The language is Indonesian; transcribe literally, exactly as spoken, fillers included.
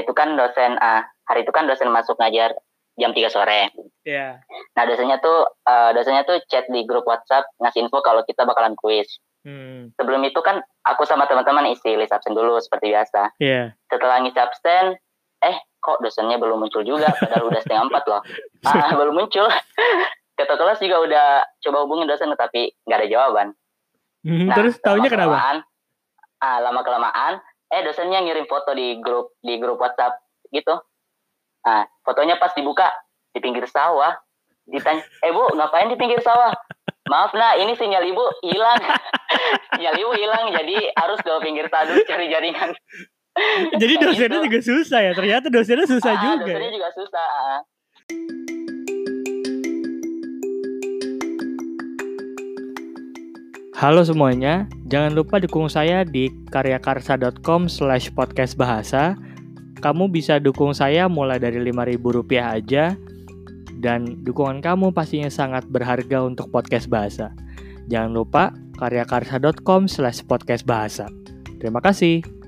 itu kan dosen ah hari itu kan dosen masuk ngajar jam tiga sore. Iya. Yeah. Nah dosennya tuh uh, dosennya tuh chat di grup WhatsApp ngasih info kalau kita bakalan kuis. Hmm. Sebelum itu kan aku sama teman-teman isi list absen dulu seperti biasa. Iya. Yeah. Setelah ngisi absen, eh kok dosennya belum muncul juga, padahal udah setengah empat loh. Ah belum muncul. Ketua kelas juga udah coba hubungin dosen tapi nggak ada jawaban. Hmm, nah, terus taunya kenapa? Ah lama kelamaan, eh dosennya ngirim foto di grup di grup WhatsApp gitu. Nah fotonya pas dibuka di pinggir sawah. Ditanya, eh bu ngapain di pinggir sawah? Maaf nah ini sinyal ibu hilang. Sinyal ibu hilang jadi harus ke pinggir sawah cari jaringan. Jadi dosennya gitu. Juga susah ya, ternyata dosennya susah ah, juga. Dosennya juga susah. Halo semuanya, jangan lupa dukung saya di karyakarsa dot com slash podcast bahasa. Kamu bisa dukung saya mulai dari lima ribu rupiah aja. Dan dukungan kamu pastinya sangat berharga untuk podcast bahasa. Jangan lupa karyakarsa dot com slash podcast bahasa. Terima kasih.